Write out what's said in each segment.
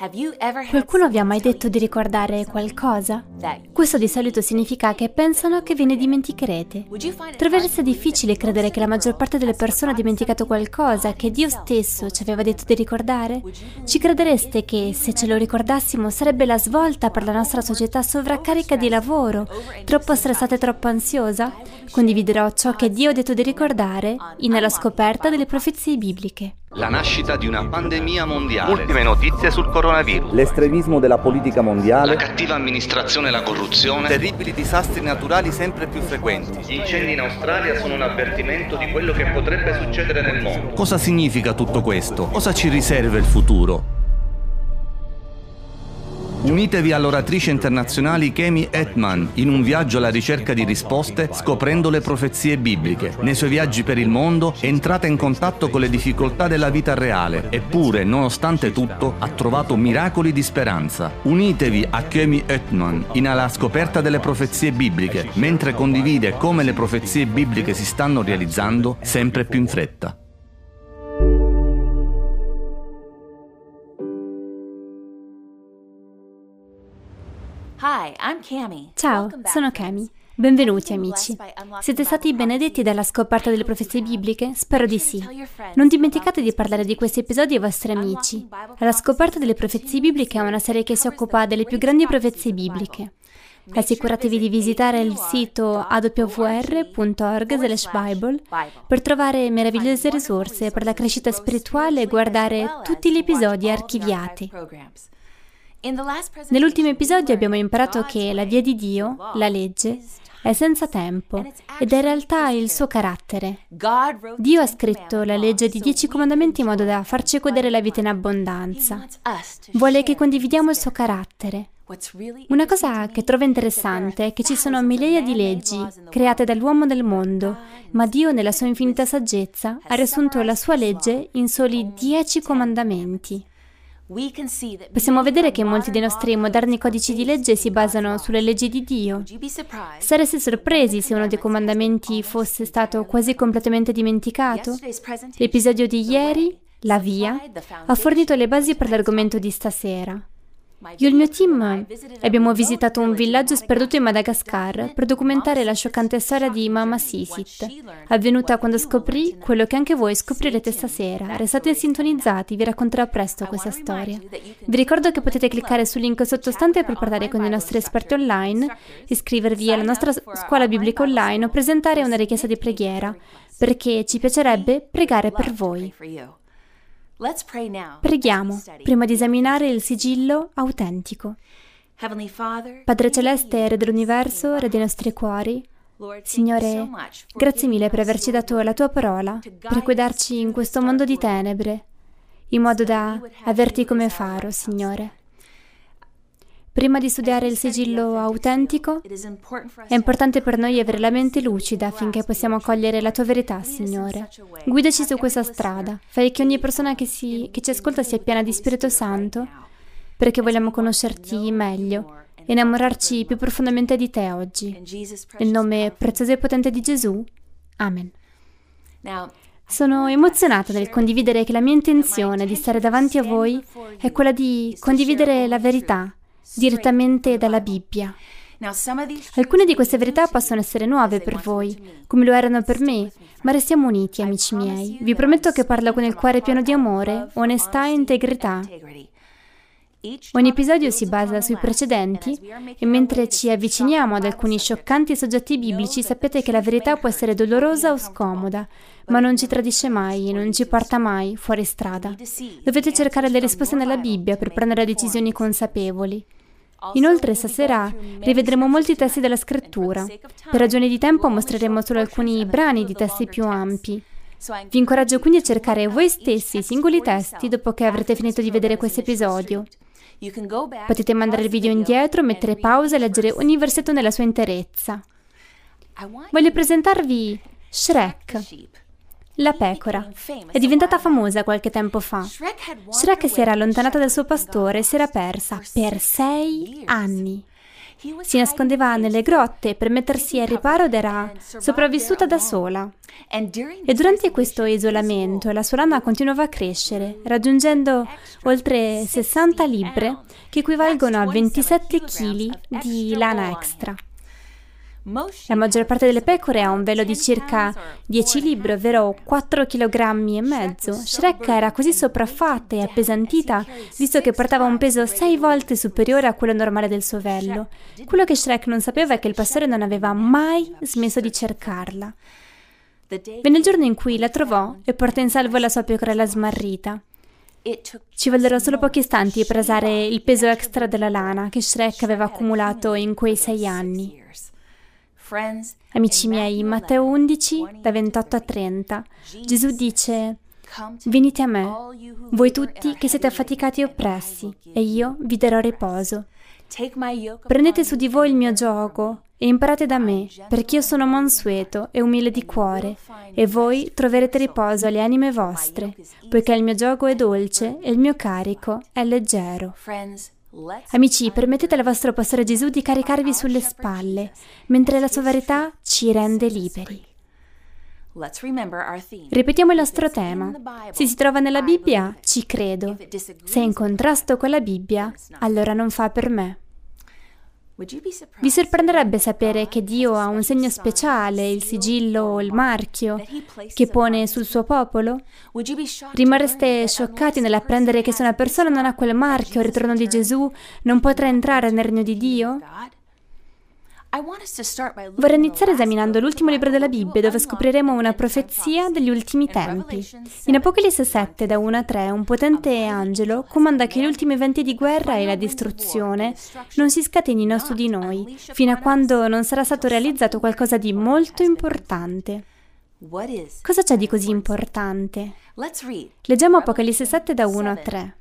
Qualcuno vi ha mai detto di ricordare qualcosa? Questo di solito significa che pensano che ve ne dimenticherete. Trovereste difficile credere che la maggior parte delle persone ha dimenticato qualcosa che Dio stesso ci aveva detto di ricordare? Ci credereste che se ce lo ricordassimo sarebbe la svolta per la nostra società sovraccarica di lavoro, troppo stressata e troppo ansiosa? Condividerò ciò che Dio ha detto di ricordare nella scoperta delle profezie bibliche. La nascita di una pandemia mondiale. Ultime notizie sul coronavirus. L'estremismo della politica mondiale. La cattiva amministrazione e la corruzione. Terribili disastri naturali sempre più frequenti. Gli incendi in Australia sono un avvertimento di quello che potrebbe succedere nel mondo. Cosa significa tutto questo? Cosa ci riserva il futuro? Unitevi all'oratrice internazionale Kemi Hetman in un viaggio alla ricerca di risposte scoprendo le profezie bibliche. Nei suoi viaggi per il mondo è entrata in contatto con le difficoltà della vita reale, eppure, nonostante tutto, ha trovato miracoli di speranza. Unitevi a Kemi Hetman alla scoperta delle profezie bibliche, mentre condivide come le profezie bibliche si stanno realizzando sempre più in fretta. Ciao, sono Kemi. Benvenuti amici. Siete stati benedetti dalla scoperta delle profezie bibliche? Spero di sì. Non dimenticate di parlare di questi episodi ai vostri amici. La scoperta delle profezie bibliche è una serie che si occupa delle più grandi profezie bibliche. Assicuratevi di visitare il sito awr.org/Bible per trovare meravigliose risorse per la crescita spirituale e guardare tutti gli episodi archiviati. Nell'ultimo episodio abbiamo imparato che la via di Dio, la legge, è senza tempo ed è in realtà il suo carattere. Dio ha scritto la legge di 10 comandamenti in modo da farci godere la vita in abbondanza. Vuole che condividiamo il suo carattere. Una cosa che trovo interessante è che ci sono migliaia di leggi create dall'uomo del mondo, ma Dio nella sua infinita saggezza ha riassunto la sua legge in soli 10 comandamenti. Possiamo vedere che molti dei nostri moderni codici di legge si basano sulle leggi di Dio. Sareste sorpresi se uno dei comandamenti fosse stato quasi completamente dimenticato? L'episodio di ieri, la via, ha fornito le basi per l'argomento di stasera. Io e il mio team abbiamo visitato un villaggio sperduto in Madagascar per documentare la scioccante storia di Mama Sisit, avvenuta quando scoprì quello che anche voi scoprirete stasera. Restate sintonizzati, vi racconterò presto questa storia. Vi ricordo che potete cliccare sul link sottostante per parlare con i nostri esperti online, iscrivervi alla nostra scuola biblica online o presentare una richiesta di preghiera, perché ci piacerebbe pregare per voi. Preghiamo, prima di esaminare il sigillo autentico. Padre Celeste, Re dell'Universo, Re dei nostri cuori, Signore, grazie mille per averci dato la Tua parola, per guidarci in questo mondo di tenebre, in modo da averti come faro, Signore. Prima di studiare il sigillo autentico, è importante per noi avere la mente lucida affinché possiamo cogliere la Tua verità, Signore. Guidaci su questa strada, fai che ogni persona che ci ascolta sia piena di Spirito Santo, perché vogliamo conoscerti meglio e innamorarci più profondamente di Te oggi. Nel nome prezioso e potente di Gesù. Amen. Sono emozionata nel condividere che la mia intenzione di stare davanti a voi è quella di condividere la verità direttamente dalla Bibbia. Alcune di queste verità possono essere nuove per voi, come lo erano per me, ma restiamo uniti, amici miei. Vi prometto che parlo con il cuore pieno di amore, onestà e integrità. Ogni episodio si basa sui precedenti e mentre ci avviciniamo ad alcuni scioccanti soggetti biblici sappiate che la verità può essere dolorosa o scomoda, ma non ci tradisce mai e non ci porta mai fuori strada. Dovete cercare le risposte nella Bibbia per prendere decisioni consapevoli. Inoltre stasera rivedremo molti testi della Scrittura. Per ragioni di tempo mostreremo solo alcuni brani di testi più ampi. Vi incoraggio quindi a cercare voi stessi i singoli testi dopo che avrete finito di vedere questo episodio. Potete mandare il video indietro, mettere pausa e leggere ogni versetto nella sua interezza. Voglio presentarvi Shrek, la pecora. È diventata famosa qualche tempo fa. Shrek si era allontanata dal suo pastore e si era persa per 6 anni. Si nascondeva nelle grotte per mettersi al riparo ed era sopravvissuta da sola. E durante questo isolamento la sua lana continuava a crescere, raggiungendo oltre 60 libbre, che equivalgono a 27 kg di lana extra. La maggior parte delle pecore ha un velo di circa 10 libbre, ovvero 4,5 kg. Shrek era così sopraffatta e appesantita, visto che portava un peso 6 volte superiore a quello normale del suo vello. Quello che Shrek non sapeva è che il pastore non aveva mai smesso di cercarla. Venne il giorno in cui la trovò e portò in salvo la sua pecorella smarrita. Ci vollero solo pochi istanti per pesare il peso extra della lana che Shrek aveva accumulato in quei 6 anni. Amici miei, in Matteo 11, da 28 a 30, Gesù dice: «Venite a me, voi tutti che siete affaticati e oppressi, e io vi darò riposo. Prendete su di voi il mio giogo e imparate da me, perché io sono mansueto e umile di cuore, e voi troverete riposo alle anime vostre, poiché il mio giogo è dolce e il mio carico è leggero». Amici, permettete al vostro pastore Gesù di caricarvi sulle spalle, mentre la sua verità ci rende liberi. Ripetiamo il nostro tema. Se si trova nella Bibbia, ci credo. Se è in contrasto con la Bibbia, allora non fa per me. Vi sorprenderebbe sapere che Dio ha un segno speciale, il sigillo o il marchio, che pone sul suo popolo? Rimarreste scioccati nell'apprendere che se una persona non ha quel marchio al ritorno di Gesù, non potrà entrare nel regno di Dio? Vorrei iniziare esaminando l'ultimo libro della Bibbia, dove scopriremo una profezia degli ultimi tempi. In Apocalisse 7, da 1 a 3, un potente angelo comanda che gli ultimi eventi di guerra e la distruzione non si scatenino su di noi, fino a quando non sarà stato realizzato qualcosa di molto importante. Cosa c'è di così importante? Leggiamo Apocalisse 7, da 1 a 3.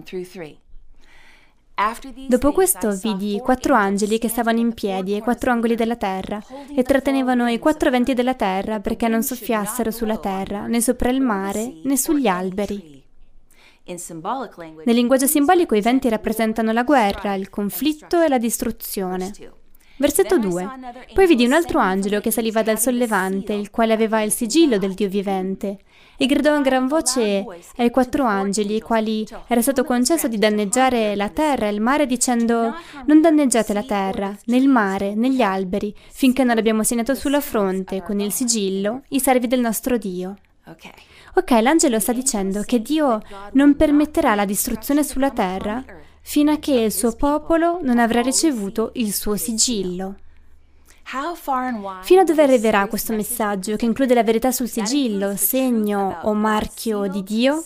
Dopo questo vidi 4 angeli che stavano in piedi ai 4 angoli della terra e trattenevano i 4 venti della terra perché non soffiassero sulla terra, né sopra il mare, né sugli alberi. Nel linguaggio simbolico i venti rappresentano la guerra, il conflitto e la distruzione. Versetto 2. Poi vidi un altro angelo che saliva dal sollevante, il quale aveva il sigillo del Dio vivente, e gridò a gran voce ai 4 angeli, ai quali era stato concesso di danneggiare la terra e il mare, dicendo: «Non danneggiate la terra, né il mare, né gli alberi, finché non abbiamo segnato sulla fronte, con il sigillo, i servi del nostro Dio». Ok, l'angelo sta dicendo che Dio non permetterà la distruzione sulla terra fino a che il suo popolo non avrà ricevuto il suo sigillo. Fino a dove arriverà questo messaggio, che include la verità sul sigillo, segno o marchio di Dio?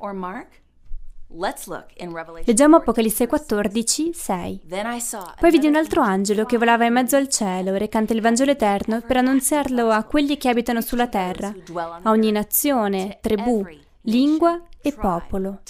Leggiamo Apocalisse 14, 6. Poi vidi un altro angelo che volava in mezzo al cielo, recante il Vangelo eterno, per annunziarlo a quelli che abitano sulla terra, a ogni nazione, tribù, lingua e popolo.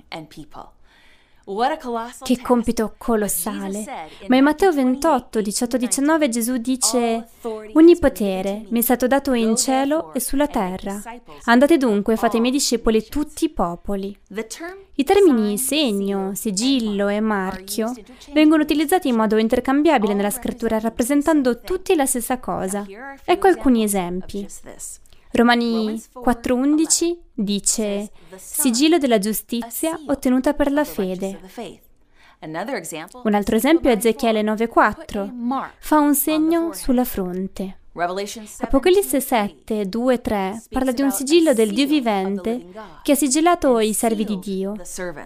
Che compito colossale! Ma in Matteo 28, 18-19 Gesù dice: «Ogni potere mi è stato dato in cielo e sulla terra. Andate dunque e fate i miei discepoli tutti i popoli». I termini segno, sigillo e marchio vengono utilizzati in modo intercambiabile nella scrittura, rappresentando tutti la stessa cosa. Ecco alcuni esempi. Romani 4,11 dice: «Sigillo della giustizia ottenuta per la fede». Un altro esempio è Ezechiele 9,4. Fa un segno sulla fronte. Apocalisse 7, 2, 3 parla di un sigillo del Dio vivente che ha sigillato i servi di Dio.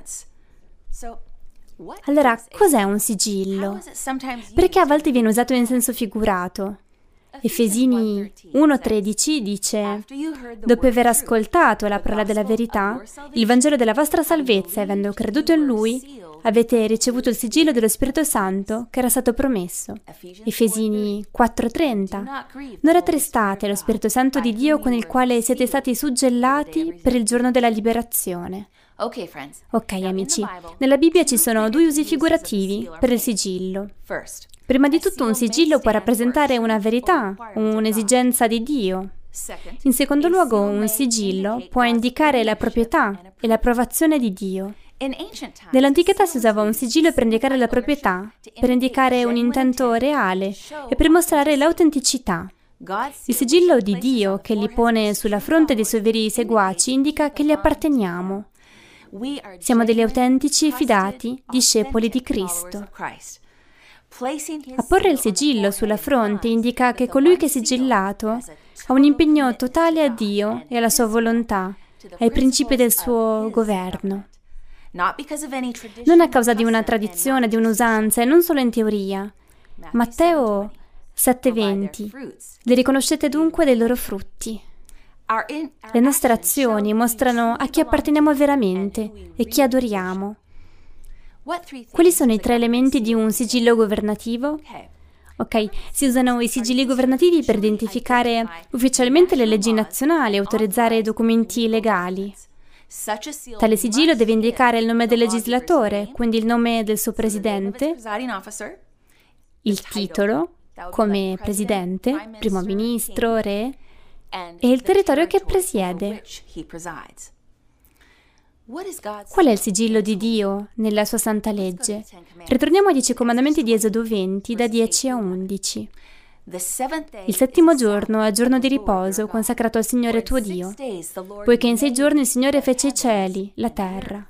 Allora, cos'è un sigillo? Perché a volte viene usato in senso figurato? Efesini 1,13 dice: «Dopo aver ascoltato la parola della verità, il Vangelo della vostra salvezza, e avendo creduto in Lui, avete ricevuto il sigillo dello Spirito Santo che era stato promesso». Efesini 4,30. «Non rattristate lo Spirito Santo di Dio con il quale siete stati suggellati per il giorno della liberazione». Ok, amici, nella Bibbia ci sono 2 usi figurativi per il sigillo. Prima di tutto, un sigillo può rappresentare una verità, un'esigenza di Dio. In secondo luogo, un sigillo può indicare la proprietà e l'approvazione di Dio. Nell'antichità si usava un sigillo per indicare la proprietà, per indicare un intento reale e per mostrare l'autenticità. Il sigillo di Dio che li pone sulla fronte dei suoi veri seguaci indica che gli apparteniamo. Siamo degli autentici e fidati discepoli di Cristo. Apporre il sigillo sulla fronte indica che colui che è sigillato ha un impegno totale a Dio e alla sua volontà, ai principi del suo governo. Non a causa di una tradizione, di un'usanza e non solo in teoria. Matteo 7:20. Li riconoscete dunque dai loro frutti. Le nostre azioni mostrano a chi apparteniamo veramente e chi adoriamo. Quali sono i 3 elementi di un sigillo governativo? Ok, si usano i sigilli governativi per identificare ufficialmente le leggi nazionali e autorizzare documenti legali. Tale sigillo deve indicare il nome del legislatore, quindi il nome del suo presidente, il titolo, come presidente, primo ministro, re, e il territorio che presiede. Qual è il sigillo di Dio nella sua santa legge? Ritorniamo ai 10 comandamenti di Esodo 20, da 10 a 11. Il 7° giorno è giorno di riposo consacrato al Signore tuo Dio, poiché in 6 giorni il Signore fece i cieli, la terra.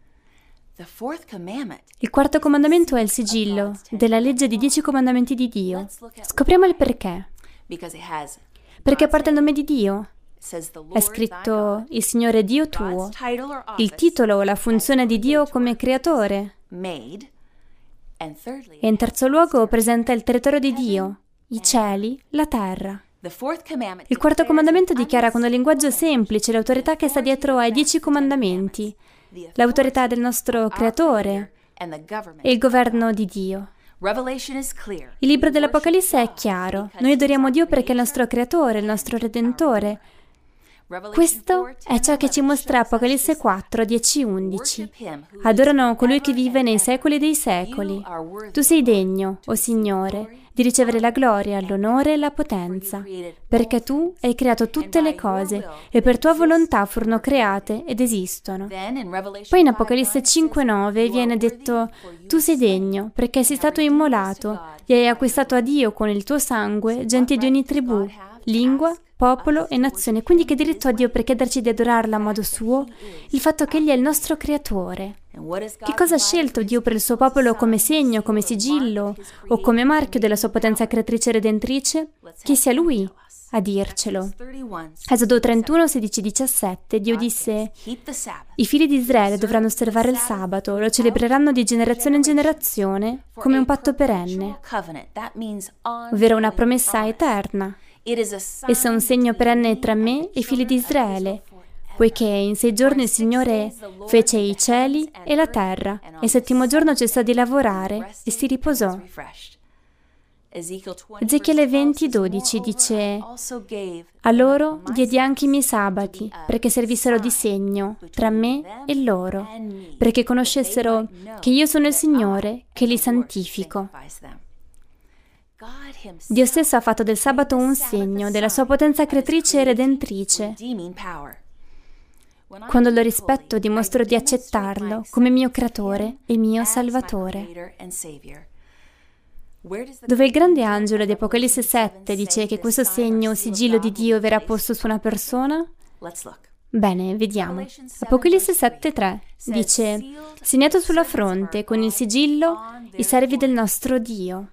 Il 4° comandamento è il sigillo della legge di 10 comandamenti di Dio. Scopriamo il perché. Perché porta il nome di Dio. È scritto il Signore Dio tuo, il titolo o la funzione di Dio come creatore. E in terzo luogo presenta il territorio di Dio, i cieli, la terra. Il 4° comandamento dichiara con un linguaggio semplice l'autorità che sta dietro ai 10 comandamenti, l'autorità del nostro creatore e il governo di Dio. Il libro dell'Apocalisse è chiaro. Noi adoriamo Dio perché è il nostro creatore, il nostro redentore. Questo è ciò che ci mostra Apocalisse 4, 10, 11. Adorano colui che vive nei secoli dei secoli. Tu sei degno, o Signore, di ricevere la gloria, l'onore e la potenza, perché tu hai creato tutte le cose e per tua volontà furono create ed esistono. Poi in Apocalisse 5, 9 viene detto: tu sei degno, perché sei stato immolato e hai acquistato a Dio con il tuo sangue gente di ogni tribù, lingua, popolo e nazione. Quindi che diritto ha Dio per chiederci di adorarlo a modo suo? Il fatto che Egli è il nostro creatore. Che cosa ha scelto Dio per il suo popolo come segno, come sigillo o come marchio della sua potenza creatrice e redentrice? Che sia Lui a dircelo. Esodo 31, 16, 17, Dio disse: i figli di Israele dovranno osservare il sabato, lo celebreranno di generazione in generazione come un patto perenne, ovvero una promessa eterna. Esso è un segno perenne tra me e i figli di Israele, poiché in 6 giorni il Signore fece i cieli e la terra, e il 7° giorno cessò di lavorare e si riposò. Ezechiele 20, 12 dice: a loro diedi anche i miei sabati, perché servissero di segno tra me e loro, perché conoscessero che io sono il Signore, che li santifico. Dio stesso ha fatto del sabato un segno della sua potenza creatrice e redentrice. Quando lo rispetto, dimostro di accettarlo come mio creatore e mio salvatore. Dove il grande angelo di Apocalisse 7 dice che questo segno o sigillo di Dio verrà posto su una persona? Bene, vediamo. Apocalisse 7:3 dice: segnato sulla fronte con il sigillo i servi del nostro Dio.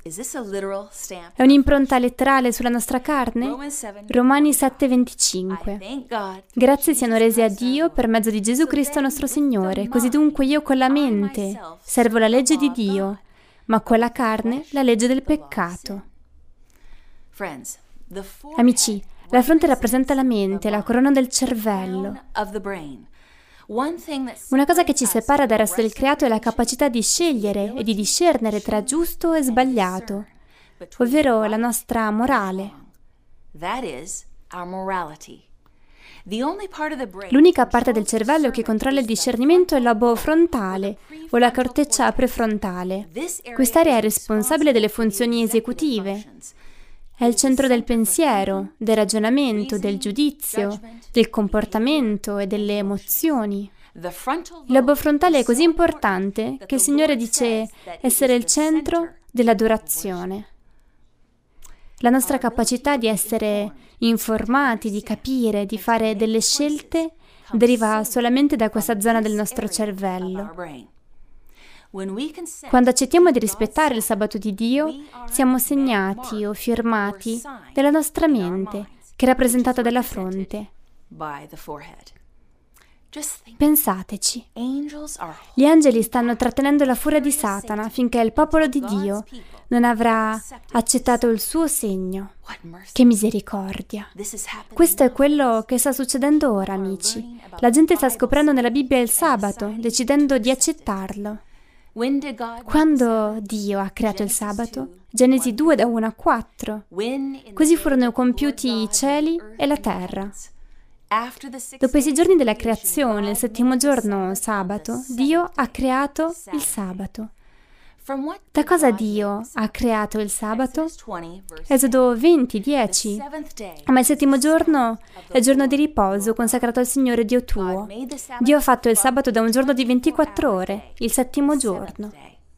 È un'impronta letterale sulla nostra carne? Romani 7:25. Grazie siano rese a Dio per mezzo di Gesù Cristo nostro Signore. Così dunque io con la mente servo la legge di Dio, ma con la carne la legge del peccato. Amici, la fronte rappresenta la mente, la corona del cervello. Una cosa che ci separa dal resto del creato è la capacità di scegliere e di discernere tra giusto e sbagliato, ovvero la nostra morale. L'unica parte del cervello che controlla il discernimento è il lobo frontale o la corteccia prefrontale. Quest'area è responsabile delle funzioni esecutive. È il centro del pensiero, del ragionamento, del giudizio, del comportamento e delle emozioni. Il lobo frontale è così importante che il Signore dice essere il centro dell'adorazione. La nostra capacità di essere informati, di capire, di fare delle scelte deriva solamente da questa zona del nostro cervello. Quando accettiamo di rispettare il sabato di Dio, siamo segnati o firmati dalla nostra mente, che è rappresentata dalla fronte. Pensateci. Gli angeli stanno trattenendo la furia di Satana finché il popolo di Dio non avrà accettato il suo segno. Che misericordia! Questo è quello che sta succedendo ora, amici. La gente sta scoprendo nella Bibbia il sabato, decidendo di accettarlo. Quando Dio ha creato il sabato? Genesi 2 da 1 a 4. Così furono compiuti i cieli e la terra. Dopo i 6 giorni della creazione, il 7° giorno, sabato, Dio ha creato il sabato. Da cosa Dio ha creato il sabato? Esodo 20, 10. Ma il 7° giorno è il giorno di riposo consacrato al Signore Dio tuo. Dio ha fatto il sabato da un giorno di 24 ore, il 7° giorno.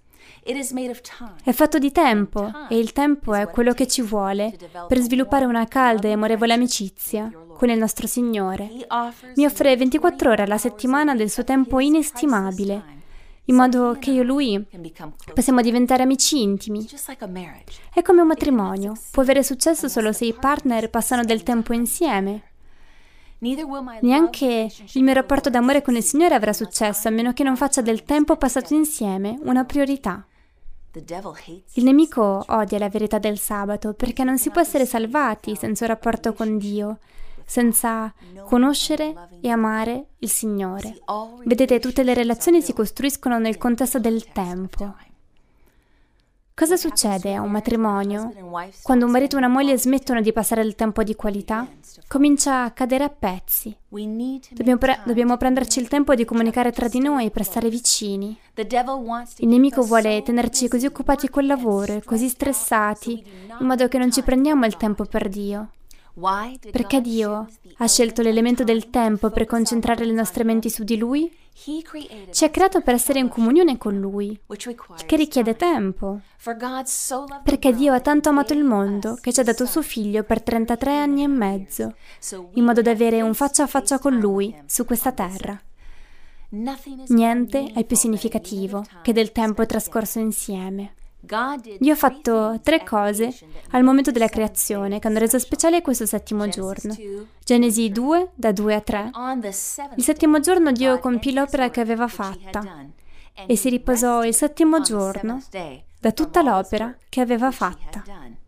È fatto di tempo, e il tempo è quello che ci vuole per sviluppare una calda e amorevole amicizia con il nostro Signore. Mi offre 24 ore alla settimana del suo tempo inestimabile, in modo che io e Lui possiamo diventare amici intimi. È come un matrimonio, può avere successo solo se i partner passano del tempo insieme. Neanche il mio rapporto d'amore con il Signore avrà successo a meno che non faccia del tempo passato insieme una priorità. Il nemico odia la verità del sabato perché non si può essere salvati senza un rapporto con Dio, senza conoscere e amare il Signore. Vedete, tutte le relazioni si costruiscono nel contesto del tempo. Cosa succede a un matrimonio quando un marito e una moglie smettono di passare del tempo di qualità? Comincia a cadere a pezzi. Dobbiamo prenderci il tempo di comunicare tra di noi per stare vicini. Il nemico vuole tenerci così occupati col lavoro e così stressati, in modo che non ci prendiamo il tempo per Dio. Perché Dio ha scelto l'elemento del tempo per concentrare le nostre menti su di Lui? Ci ha creato per essere in comunione con Lui, che richiede tempo. Perché Dio ha tanto amato il mondo che ci ha dato suo Figlio per 33 anni e mezzo, in modo da avere un faccia a faccia con Lui su questa terra. Niente è più significativo che del tempo trascorso insieme. Dio ha fatto 3 cose al momento della creazione che hanno reso speciale questo 7° giorno. Genesi 2, da 2 a 3. Il 7° giorno Dio compì l'opera che aveva fatta e si riposò il 7° giorno da tutta l'opera che aveva fatta.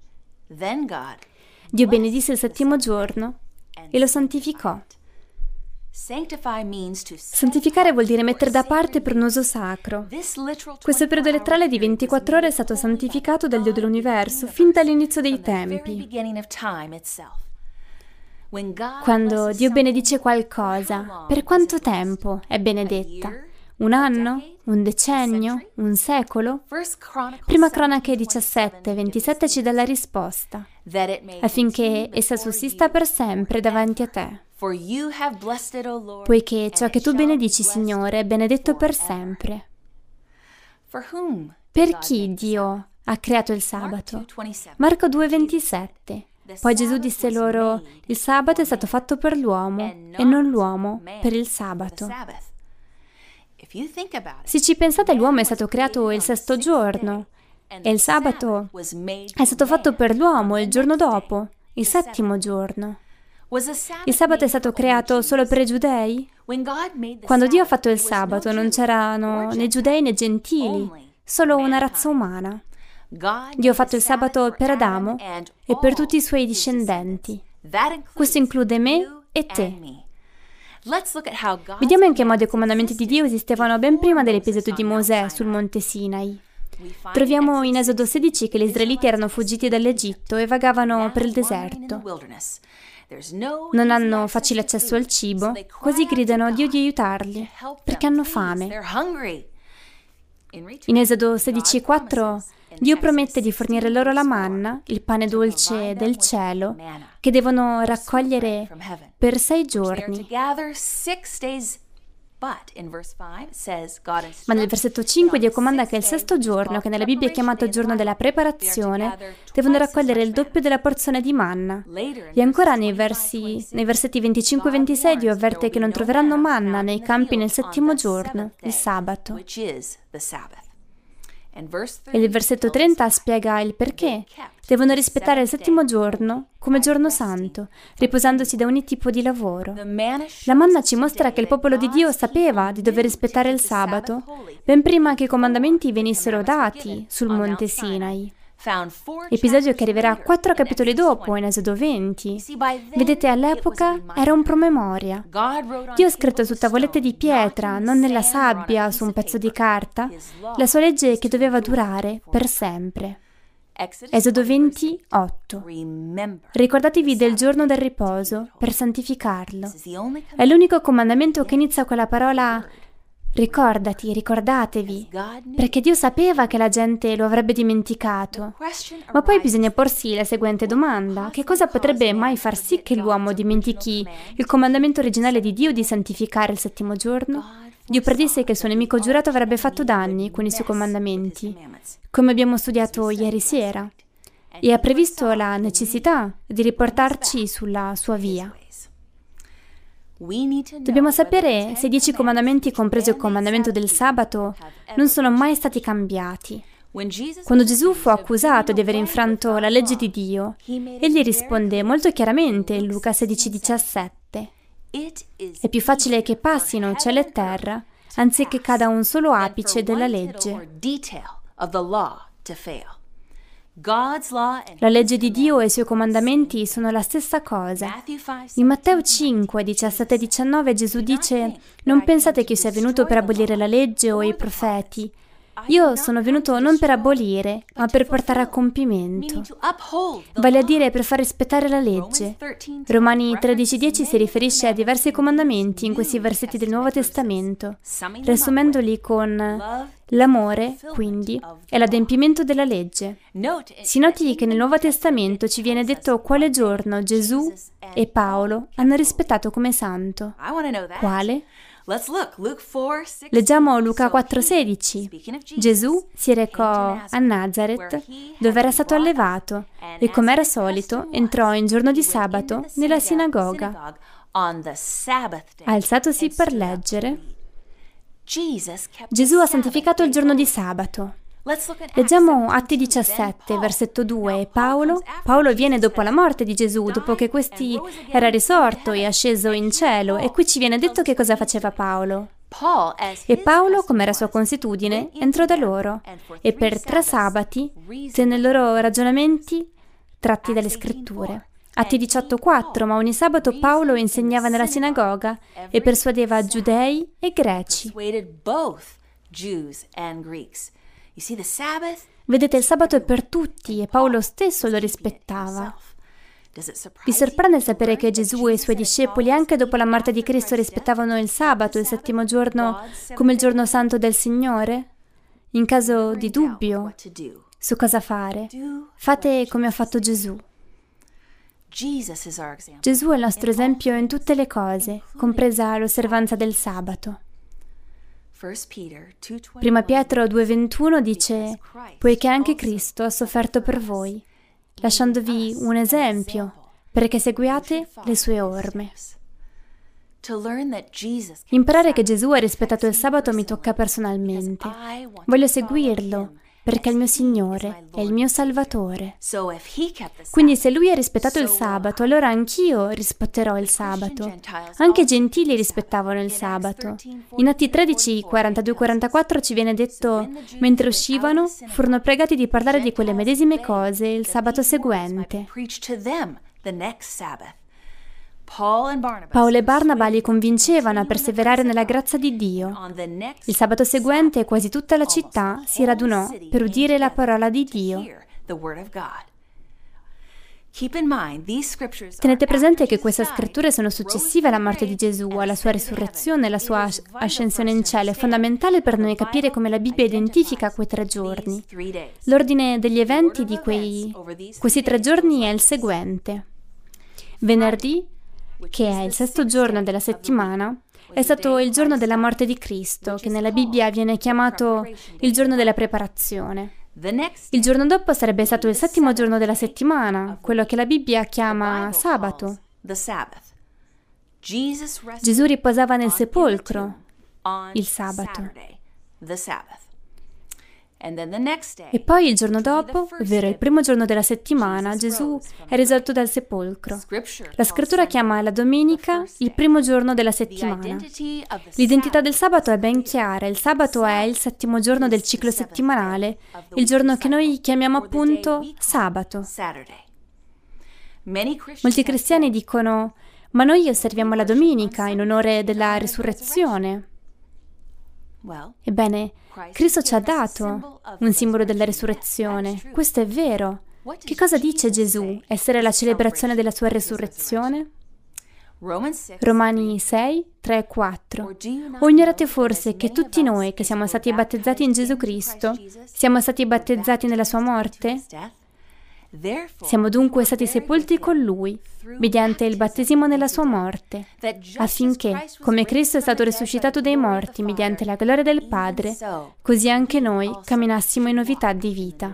Dio benedisse il 7° giorno e lo santificò. Santificare vuol dire mettere da parte per un uso sacro. Questo periodo letterale di 24 ore è stato santificato dal Dio dell'universo fin dall'inizio dei tempi. Quando Dio benedice qualcosa, per quanto tempo è benedetta? Un anno? Un decennio? Un secolo? Prima Cronache 17, 27 ci dà la risposta, affinché essa sussista per sempre davanti a te. Poiché ciò che tu benedici, Signore, è benedetto per sempre. Per chi Dio ha creato il sabato? Marco 2,27. Poi Gesù disse loro: il sabato è stato fatto per l'uomo e non l'uomo per il sabato. Se ci pensate, l'uomo è stato creato il 6° giorno e il sabato è stato fatto per l'uomo il giorno dopo, il 7° giorno. Il sabato è stato creato solo per i giudei? Quando Dio ha fatto il sabato non c'erano né giudei né gentili, solo una razza umana. Dio ha fatto il sabato per Adamo e per tutti i suoi discendenti. Questo include me e te. Vediamo in che modo i comandamenti di Dio esistevano ben prima dell'episodio di Mosè sul monte Sinai. Troviamo in Esodo 16 che gli israeliti erano fuggiti dall'Egitto e vagavano per il deserto. Non hanno facile accesso al cibo, così gridano a Dio di aiutarli, perché hanno fame. In Esodo 16,4 Dio promette di fornire loro la manna, il pane dolce del cielo, che devono raccogliere per 6 giorni. Ma nel versetto 5 Dio comanda che il sesto giorno, che nella Bibbia è chiamato il giorno della preparazione, devono raccogliere il doppio della porzione di manna. E ancora nei versetti 25 e 26 Dio avverte che non troveranno manna nei campi nel settimo giorno, il sabato. E il versetto 30 spiega il perché. Devono rispettare il settimo giorno come giorno santo, riposandosi da ogni tipo di lavoro. La manna ci mostra che il popolo di Dio sapeva di dover rispettare il sabato ben prima che i comandamenti venissero dati sul monte Sinai. Episodio che arriverà 4 capitoli dopo, in Esodo 20. Vedete, all'epoca era un promemoria. Dio ha scritto su tavolette di pietra, non nella sabbia, su un pezzo di carta, la sua legge che doveva durare per sempre. Esodo 28. Ricordatevi del giorno del riposo per santificarlo. È l'unico comandamento che inizia con la parola ricordati, ricordatevi, perché Dio sapeva che la gente lo avrebbe dimenticato. Ma poi bisogna porsi la seguente domanda: che cosa potrebbe mai far sì che l'uomo dimentichi il comandamento originale di Dio di santificare il settimo giorno? Dio predisse che il suo nemico giurato avrebbe fatto danni con i suoi comandamenti, come abbiamo studiato ieri sera, e ha previsto la necessità di riportarci sulla sua via. Dobbiamo sapere se i 10 comandamenti, compreso il comandamento del sabato, non sono mai stati cambiati. Quando Gesù fu accusato di aver infranto la legge di Dio, egli risponde molto chiaramente in Luca 16,17: è più facile che passino cielo e terra anziché cada un solo apice della legge. La legge di Dio e i suoi comandamenti sono la stessa cosa. In Matteo 5, 17 e 19 Gesù dice: non pensate che io sia venuto per abolire la legge o i profeti. Io sono venuto non per abolire, ma per portare a compimento, vale a dire per far rispettare la legge. Romani 13,10 si riferisce a diversi comandamenti in questi versetti del Nuovo Testamento, riassumendoli con l'amore, quindi, è l'adempimento della legge. Si noti che nel Nuovo Testamento ci viene detto quale giorno Gesù e Paolo hanno rispettato come santo. Quale? Leggiamo Luca 4,16. Gesù si recò a Nazareth, dove era stato allevato, e come era solito entrò in giorno di sabato nella sinagoga. Alzatosi per leggere, Gesù ha santificato il giorno di sabato. Leggiamo Atti 17, versetto 2. Paolo viene dopo la morte di Gesù, dopo che questi era risorto e asceso in cielo, e qui ci viene detto che cosa faceva Paolo. E Paolo, come era sua consuetudine, entrò da loro, e per 3 sabati tenne loro ragionamenti tratti dalle scritture. Atti 18,4. Ma ogni sabato Paolo insegnava nella sinagoga e persuadeva giudei e greci. Vedete, il sabato è per tutti e Paolo stesso lo rispettava. Vi sorprende sapere che Gesù e i suoi discepoli, anche dopo la morte di Cristo, rispettavano il sabato, il settimo giorno, come il giorno santo del Signore? In caso di dubbio su cosa fare, fate come ha fatto Gesù. Gesù è il nostro esempio in tutte le cose, compresa l'osservanza del sabato. Prima Pietro 2,21 dice: poiché anche Cristo ha sofferto per voi, lasciandovi un esempio, perché seguiate le sue orme. Imparare che Gesù ha rispettato il sabato mi tocca personalmente. Voglio seguirlo, perché è il mio Signore, è il mio Salvatore. Quindi se Lui ha rispettato il sabato, allora anch'io rispetterò il sabato. Anche i gentili rispettavano il sabato. In Atti 13, 42-44 ci viene detto: mentre uscivano, furono pregati di parlare di quelle medesime cose il sabato seguente. Paolo e Barnaba li convincevano a perseverare nella grazia di Dio. Il sabato seguente quasi tutta la città si radunò per udire la parola di Dio. Tenete presente che queste scritture sono successive alla morte di Gesù, alla sua risurrezione e alla sua ascensione in cielo. È fondamentale per noi capire come la Bibbia identifica quei 3 giorni. L'ordine degli eventi di questi 3 giorni è il seguente. Venerdì, che è il sesto giorno della settimana, è stato il giorno della morte di Cristo, che nella Bibbia viene chiamato il giorno della preparazione. Il giorno dopo sarebbe stato il 7° giorno della settimana, quello che la Bibbia chiama sabato. Gesù riposava nel sepolcro il sabato. E poi il giorno dopo, ovvero il primo giorno della settimana, Gesù è risorto dal sepolcro. La scrittura chiama la domenica il primo giorno della settimana. L'identità del sabato è ben chiara. Il sabato è il 7° giorno del ciclo settimanale, il giorno che noi chiamiamo appunto sabato. Molti cristiani dicono: ma noi osserviamo la domenica in onore della risurrezione. Ebbene, Cristo ci ha dato un simbolo della risurrezione. Questo è vero. Che cosa dice Gesù essere la celebrazione della sua risurrezione? Romani 6, 3 e 4. O ignorate forse che tutti noi che siamo stati battezzati in Gesù Cristo siamo stati battezzati nella sua morte? Siamo dunque stati sepolti con Lui, mediante il battesimo nella sua morte, affinché, come Cristo è stato risuscitato dai morti mediante la gloria del Padre, così anche noi camminassimo in novità di vita.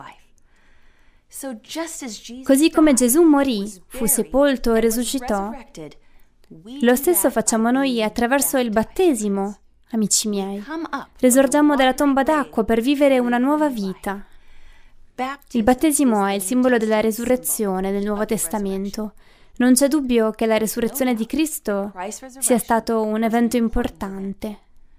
Così come Gesù morì, fu sepolto e risuscitò, lo stesso facciamo noi attraverso il battesimo, amici miei. Risorgiamo dalla tomba d'acqua per vivere una nuova vita. Il battesimo è il simbolo della risurrezione del Nuovo Testamento. Non c'è dubbio che la risurrezione di Cristo sia stato un evento importante.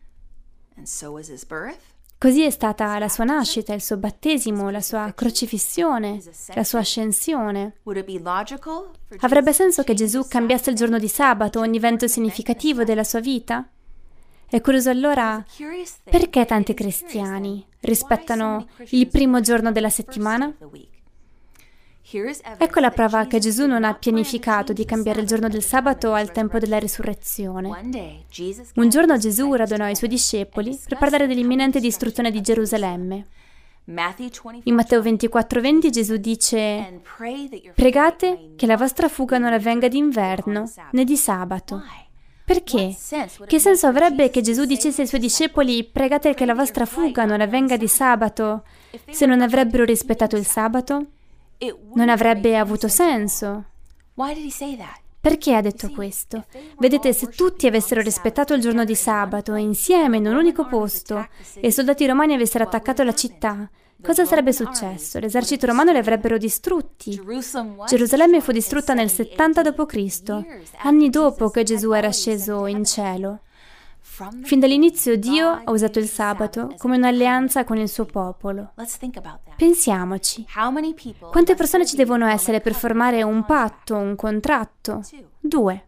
Così è stata la sua nascita, il suo battesimo, la sua crocifissione, la sua ascensione. Avrebbe senso che Gesù cambiasse il giorno di sabato, ogni evento significativo della sua vita? È curioso allora perché tanti cristiani rispettano il primo giorno della settimana? Ecco la prova che Gesù non ha pianificato di cambiare il giorno del sabato al tempo della risurrezione. Un giorno Gesù radunò i suoi discepoli per parlare dell'imminente distruzione di Gerusalemme. In Matteo 24:20 Gesù dice: «Pregate che la vostra fuga non avvenga d'inverno né di sabato». Perché? Che senso avrebbe che Gesù dicesse ai suoi discepoli: «Pregate che la vostra fuga non avvenga di sabato», se non avrebbero rispettato il sabato? Non avrebbe avuto senso. Perché ha detto questo? Vedete, se tutti avessero rispettato il giorno di sabato insieme in un unico posto e i soldati romani avessero attaccato la città, cosa sarebbe successo? L'esercito romano li avrebbero distrutti. Gerusalemme fu distrutta nel 70 d.C., anni dopo che Gesù era sceso in cielo. Fin dall'inizio Dio ha usato il sabato come un'alleanza con il suo popolo. Pensiamoci. Quante persone ci devono essere per formare un patto, un contratto? 2.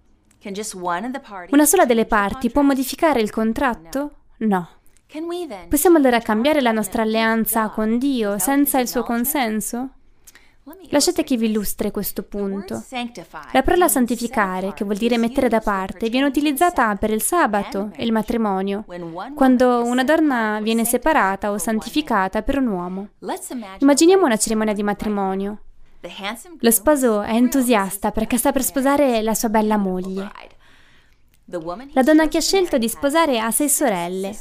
Una sola delle parti può modificare il contratto? No. Possiamo allora cambiare la nostra alleanza con Dio senza il suo consenso? Lasciate che vi illustri questo punto. La parola santificare, che vuol dire mettere da parte, viene utilizzata per il sabato e il matrimonio, quando una donna viene separata o santificata per un uomo. Immaginiamo una cerimonia di matrimonio. Lo sposo è entusiasta perché sta per sposare la sua bella moglie. La donna che ha scelto di sposare ha 6 sorelle.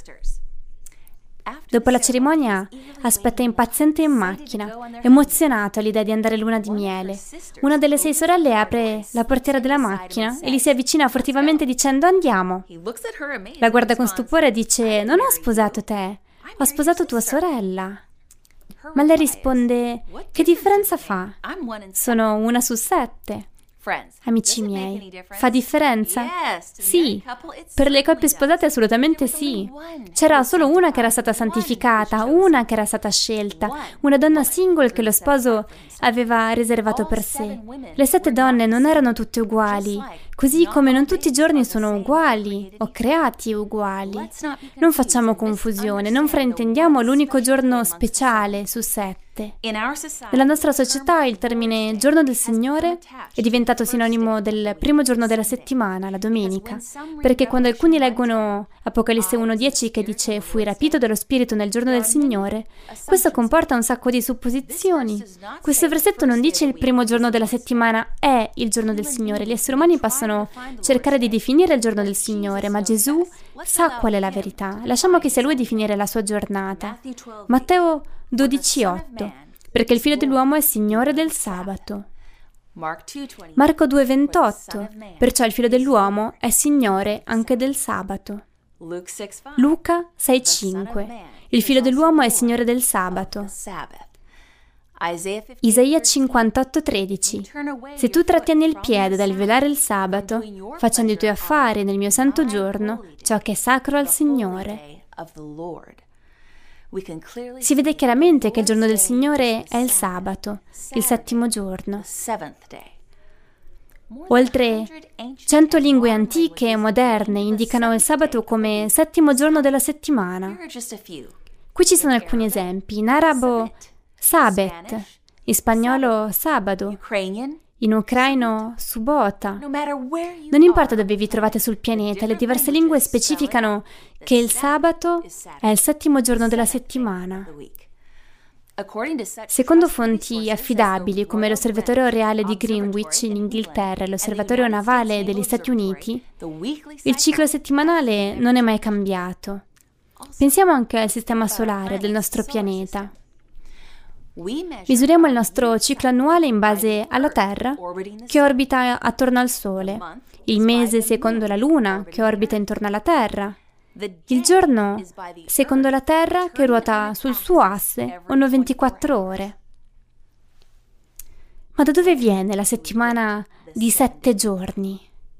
Dopo la cerimonia aspetta impaziente in macchina, emozionato all'idea di andare luna di miele. Una delle 6 sorelle apre la portiera della macchina e gli si avvicina furtivamente dicendo: «Andiamo». La guarda con stupore e dice: «Non ho sposato te, ho sposato tua sorella». Ma lei risponde: «Che differenza fa? Sono 1 su 7». Amici miei, fa differenza? Sì, per le coppie sposate assolutamente sì. C'era solo una che era stata santificata, una che era stata scelta, una donna single che lo sposo aveva riservato per sé. Le 7 donne non erano tutte uguali, così come non tutti i giorni sono uguali o creati uguali. Non facciamo confusione, non fraintendiamo l'unico giorno speciale su 7. feste. Nella nostra società il termine giorno del Signore è diventato sinonimo del primo giorno della settimana, la domenica, perché quando alcuni leggono Apocalisse 1:10 che dice «Fui rapito dallo Spirito nel giorno del Signore», questo comporta un sacco di supposizioni. Questo versetto non dice il primo giorno della settimana è il giorno del Signore. Gli esseri umani possono cercare di definire il giorno del Signore, ma Gesù sa qual è la verità. Lasciamo che sia Lui a definire la sua giornata. Matteo 12:8, perché il Figlio dell'uomo è Signore del sabato. Marco 2:28, perciò il Figlio dell'uomo è Signore anche del sabato. Luca 6:5, il Figlio dell'uomo è Signore del sabato. Isaia 58:13, se tu trattieni il piede dal velare il sabato, facendo i tuoi affari nel mio santo giorno, ciò che è sacro al Signore. Si vede chiaramente che il giorno del Signore è il sabato, il settimo giorno. Oltre 100 lingue antiche e moderne indicano il sabato come settimo giorno della settimana. Qui ci sono alcuni esempi. In arabo Sabet, in spagnolo sabato, in ucraino subota. Non importa dove vi trovate sul pianeta, le diverse lingue specificano che il sabato è il settimo giorno della settimana. Secondo fonti affidabili come l'Osservatorio Reale di Greenwich in Inghilterra e l'Osservatorio Navale degli Stati Uniti, il ciclo settimanale non è mai cambiato. Pensiamo anche al sistema solare del nostro pianeta. Misuriamo il nostro ciclo annuale in base alla Terra, che orbita attorno al Sole, il mese secondo la Luna, che orbita intorno alla Terra, il giorno secondo la Terra, che ruota sul suo asse ogni 24 ore. Ma da dove viene la settimana di 7 giorni?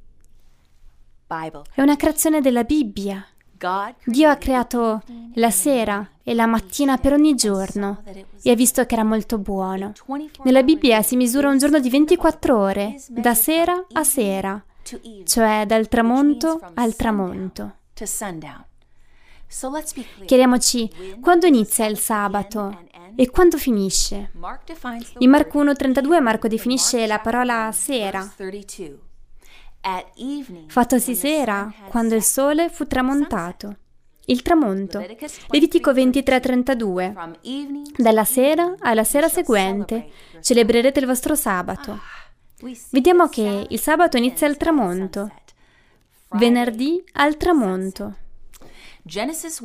È una creazione della Bibbia. Dio ha creato la sera e la mattina per ogni giorno e ha visto che era molto buono. Nella Bibbia si misura un giorno di 24 ore, da sera a sera, cioè dal tramonto al tramonto. Chiariamoci quando inizia il sabato e quando finisce. In Marco 1:32 Marco definisce la parola sera. Fattosi sera, quando il sole fu tramontato. Il tramonto. Levitico 23:32. Dalla sera alla sera seguente celebrerete il vostro sabato. Vediamo che il sabato inizia al tramonto. Venerdì al tramonto. Genesi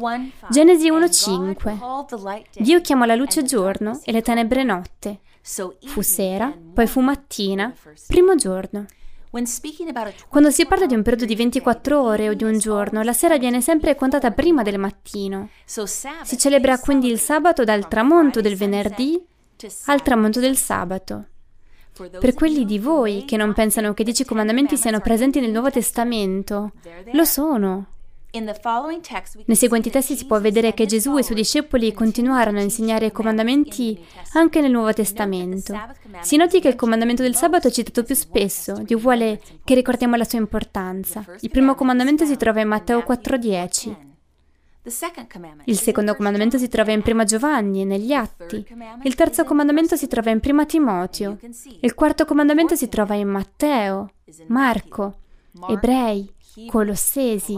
1:5. Dio chiamò la luce giorno e le tenebre notte. Fu sera, poi fu mattina, primo giorno. Quando si parla di un periodo di 24 ore o di un giorno, la sera viene sempre contata prima del mattino. Si celebra quindi il sabato dal tramonto del venerdì al tramonto del sabato. Per quelli di voi che non pensano che i 10 comandamenti siano presenti nel Nuovo Testamento, lo sono. Nei seguenti testi si può vedere che Gesù e i suoi discepoli continuarono a insegnare i comandamenti anche nel Nuovo Testamento. Si noti che il comandamento del sabato è citato più spesso, Dio vuole che ricordiamo la sua importanza. Il primo comandamento si trova in Matteo 4:10. Il secondo comandamento si trova in 1 Giovanni e negli Atti. Il terzo comandamento si trova in 1 Timoteo. Il quarto comandamento si trova in Matteo, Marco, Ebrei, Colossesi.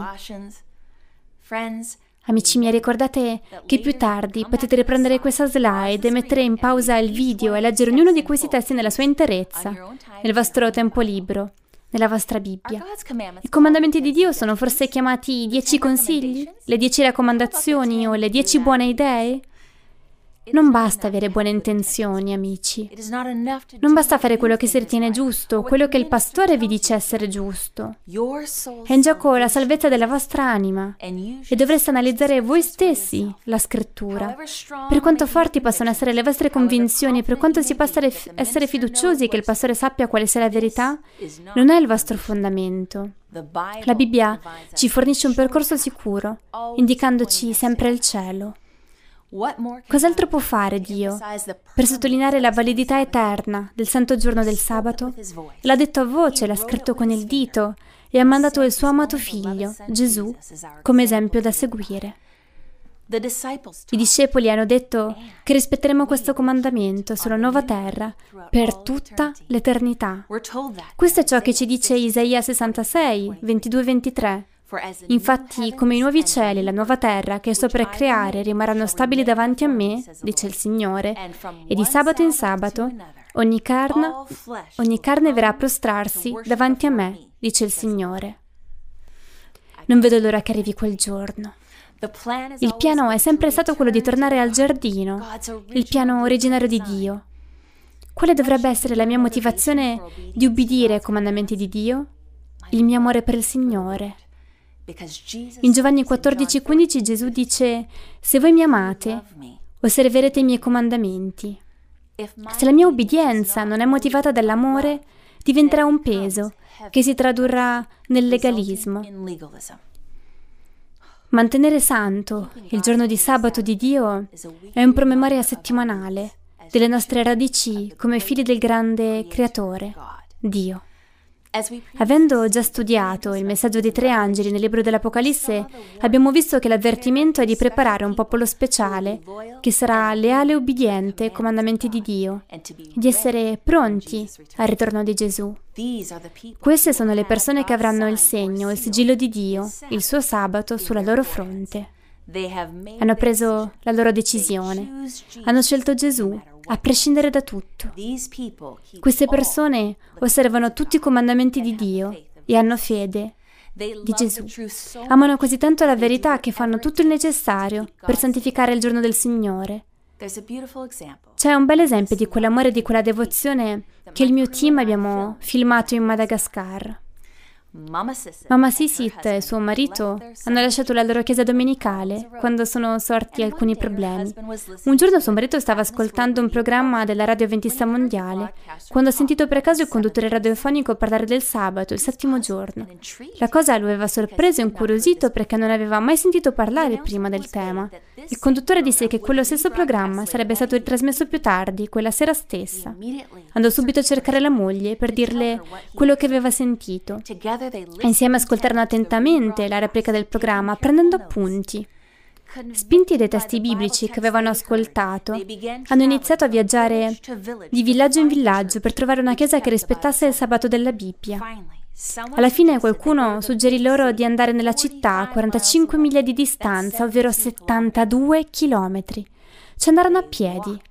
Amici miei, ricordate che più tardi potete riprendere questa slide e mettere in pausa il video e leggere ognuno di questi testi nella sua interezza, nel vostro tempo libero, nella vostra Bibbia. I comandamenti di Dio sono forse chiamati 10 consigli, le 10 raccomandazioni o le 10 buone idee? Non basta avere buone intenzioni, amici. Non basta fare quello che si ritiene giusto, quello che il pastore vi dice essere giusto. È in gioco la salvezza della vostra anima e dovreste analizzare voi stessi la scrittura. Per quanto forti possono essere le vostre convinzioni e per quanto si possa essere fiduciosi che il pastore sappia quale sia la verità, non è il vostro fondamento. La Bibbia ci fornisce un percorso sicuro, indicandoci sempre il cielo. Cos'altro può fare Dio per sottolineare la validità eterna del santo giorno del sabato? L'ha detto a voce, l'ha scritto con il dito e ha mandato il suo amato figlio, Gesù, come esempio da seguire. I discepoli hanno detto che rispetteremo questo comandamento sulla nuova terra per tutta l'eternità. Questo è ciò che ci dice Isaia 66, 22-23. Infatti, come i nuovi cieli e la nuova terra che sto per creare rimarranno stabili davanti a me, dice il Signore, e di sabato in sabato ogni carne verrà a prostrarsi davanti a me, dice il Signore. Non vedo l'ora che arrivi quel giorno. Il piano è sempre stato quello di tornare al giardino, il piano originario di Dio. Quale dovrebbe essere la mia motivazione di ubbidire ai comandamenti di Dio? Il mio amore per il Signore. In Giovanni 14,15 Gesù dice: se voi mi amate, osserverete i miei comandamenti. Se la mia obbedienza non è motivata dall'amore, diventerà un peso che si tradurrà nel legalismo. Mantenere santo il giorno di sabato di Dio è un promemoria settimanale delle nostre radici come figli del grande Creatore, Dio. Avendo già studiato il messaggio dei tre angeli nel libro dell'Apocalisse, abbiamo visto che l'avvertimento è di preparare un popolo speciale che sarà leale e ubbidiente ai comandamenti di Dio e di essere pronti al ritorno di Gesù. Queste sono le persone che avranno il segno, il sigillo di Dio, il suo sabato sulla loro fronte. Hanno preso la loro decisione, hanno scelto Gesù, a prescindere da tutto. Queste persone osservano tutti i comandamenti di Dio e hanno fede di Gesù. Amano così tanto la verità che fanno tutto il necessario per santificare il giorno del Signore. C'è un bel esempio di quell'amore e di quella devozione che il mio team abbiamo filmato in Madagascar. Mamma Sisit e suo marito hanno lasciato la loro chiesa domenicale quando sono sorti alcuni problemi. Un giorno suo marito stava ascoltando un programma della radio avventista mondiale quando ha sentito per caso il conduttore radiofonico parlare del sabato, il settimo giorno. La cosa lo aveva sorpreso e incuriosito perché non aveva mai sentito parlare prima del tema. Il conduttore disse che quello stesso programma sarebbe stato ritrasmesso più tardi, quella sera stessa. Andò subito a cercare la moglie per dirle quello che aveva sentito. E insieme ascoltarono attentamente la replica del programma, prendendo appunti. Spinti dai testi biblici che avevano ascoltato, hanno iniziato a viaggiare di villaggio in villaggio per trovare una chiesa che rispettasse il sabato della Bibbia. Alla fine qualcuno suggerì loro di andare nella città a 45 miglia di distanza, ovvero 72 chilometri. Ci andarono a piedi.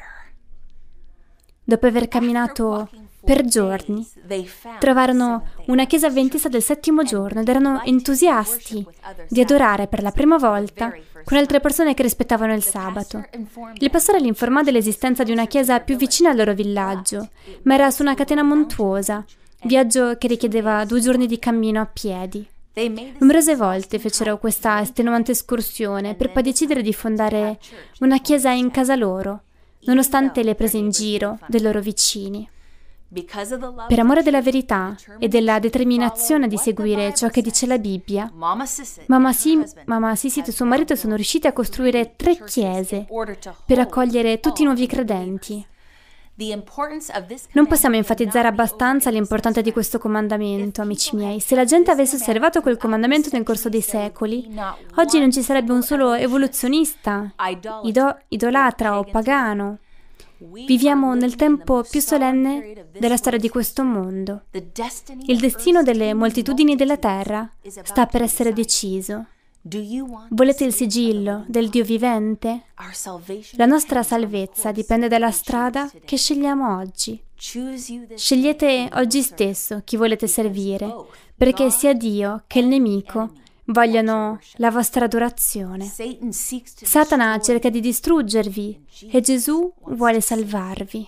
Dopo aver camminato per giorni, trovarono una chiesa avventista del settimo giorno ed erano entusiasti di adorare per la prima volta con altre persone che rispettavano il sabato. Il pastore li informò dell'esistenza di una chiesa più vicina al loro villaggio, ma era su una catena montuosa, viaggio che richiedeva 2 giorni di cammino a piedi. Numerose volte fecero questa estenuante escursione per poi decidere di fondare una chiesa in casa loro, nonostante le prese in giro dei loro vicini. Per amore della verità e della determinazione di seguire ciò che dice la Bibbia, Mamma Sisit e suo marito sono riusciti a costruire 3 chiese per accogliere tutti i nuovi credenti. Non possiamo enfatizzare abbastanza l'importanza di questo comandamento, amici miei. Se la gente avesse osservato quel comandamento nel corso dei secoli, oggi non ci sarebbe un solo evoluzionista, idolatra o pagano. Viviamo nel tempo più solenne della storia di questo mondo. Il destino delle moltitudini della terra sta per essere deciso. Volete il sigillo del Dio vivente? La nostra salvezza dipende dalla strada che scegliamo oggi. Scegliete oggi stesso chi volete servire, perché sia Dio che il nemico vogliono la vostra adorazione. Satana cerca di distruggervi e Gesù vuole salvarvi.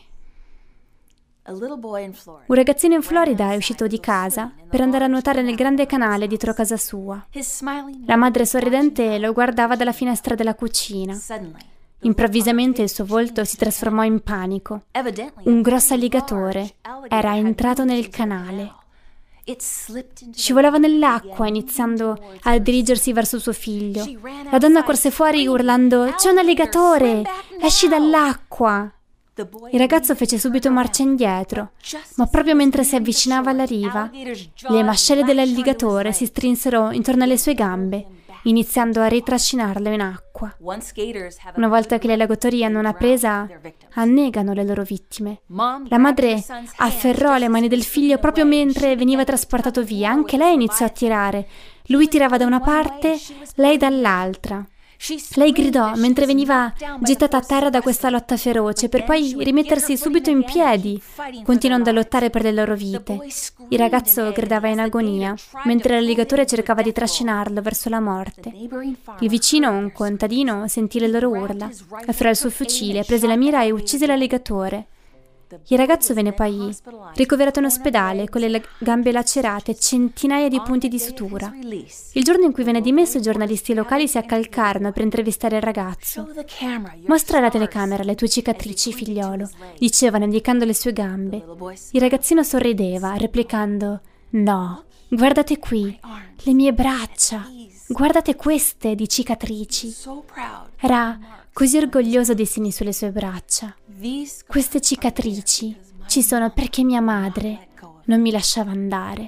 Un ragazzino in Florida è uscito di casa per andare a nuotare nel grande canale dietro casa sua. La madre sorridente lo guardava dalla finestra della cucina. Improvvisamente il suo volto si trasformò in panico. Un grosso alligatore era entrato nel canale. Scivolava nell'acqua, iniziando a dirigersi verso suo figlio. La donna corse fuori urlando: «C'è un alligatore! Esci dall'acqua!» Il ragazzo fece subito marcia indietro, ma proprio mentre si avvicinava alla riva, le mascelle dell'alligatore si strinsero intorno alle sue gambe iniziando a ritrascinarlo in acqua. Una volta che gli allegatori hanno una presa, annegano le loro vittime. La madre afferrò le mani del figlio proprio mentre veniva trasportato via. Anche lei iniziò a tirare. Lui tirava da una parte, lei dall'altra. Lei gridò mentre veniva gettata a terra da questa lotta feroce, per poi rimettersi subito in piedi, continuando a lottare per le loro vite. Il ragazzo gridava in agonia, mentre l'alligatore cercava di trascinarlo verso la morte. Il vicino, un contadino, sentì le loro urla, afferrò il suo fucile, prese la mira e uccise l'alligatore. Il ragazzo venne poi ricoverato in ospedale con le gambe lacerate e centinaia di punti di sutura. Il giorno in cui venne dimesso, i giornalisti locali si accalcarono per intervistare il ragazzo. «Mostra alla telecamera le tue cicatrici, figliolo», dicevano indicando le sue gambe. Il ragazzino sorrideva, replicando: «No, guardate qui, le mie braccia, guardate queste di cicatrici». Era così orgoglioso dei segni sulle sue braccia. Queste cicatrici ci sono perché mia madre non mi lasciava andare.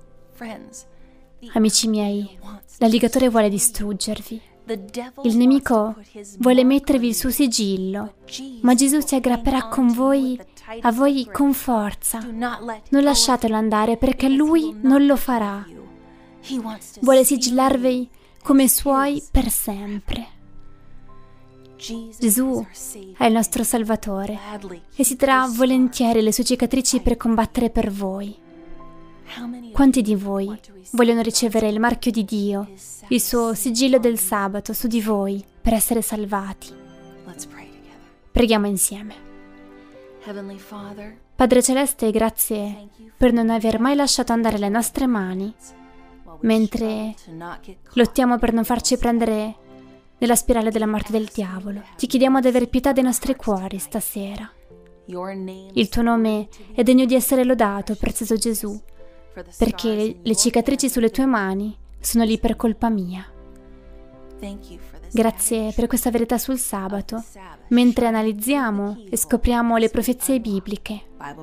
Amici miei, l'alligatore vuole distruggervi. Il nemico vuole mettervi il suo sigillo, ma Gesù si aggrapperà a voi con forza. Non lasciatelo andare perché Lui non lo farà. Vuole sigillarvi come suoi per sempre. Gesù è il nostro Salvatore e si darà volentieri le sue cicatrici per combattere per voi. Quanti di voi vogliono ricevere il marchio di Dio, il suo sigillo del sabato su di voi per essere salvati? Preghiamo insieme. Padre Celeste, grazie per non aver mai lasciato andare le nostre mani mentre lottiamo per non farci prendere nella spirale della morte del diavolo. Ti chiediamo di avere pietà dei nostri cuori stasera. Il tuo nome è degno di essere lodato, prezioso Gesù, perché le cicatrici sulle tue mani sono lì per colpa mia. Grazie per questa verità sul sabato, mentre analizziamo e scopriamo le profezie bibliche,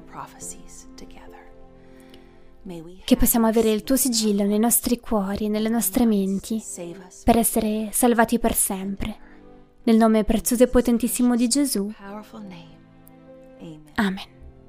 che possiamo avere il tuo sigillo nei nostri cuori e nelle nostre menti per essere salvati per sempre. Nel nome prezioso e potentissimo di Gesù. Amen.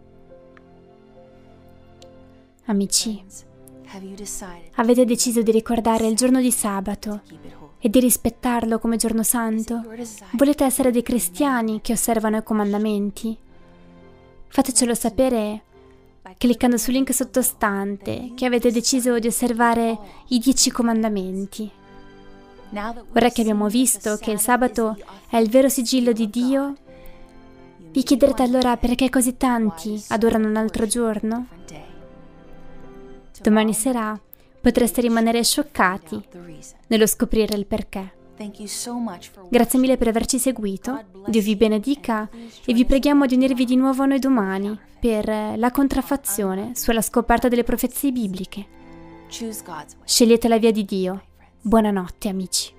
Amici, avete deciso di ricordare il giorno di sabato e di rispettarlo come giorno santo? Volete essere dei cristiani che osservano i comandamenti? Fatecelo sapere cliccando sul link sottostante che avete deciso di osservare i 10 comandamenti. Ora che abbiamo visto che il sabato è il vero sigillo di Dio, vi chiederete allora perché così tanti adorano un altro giorno? Domani sera potreste rimanere scioccati nello scoprire il perché. Grazie mille per averci seguito, Dio vi benedica e vi preghiamo di unirvi di nuovo a noi domani per la contraffazione sulla scoperta delle profezie bibliche. Scegliete la via di Dio. Buonanotte, amici.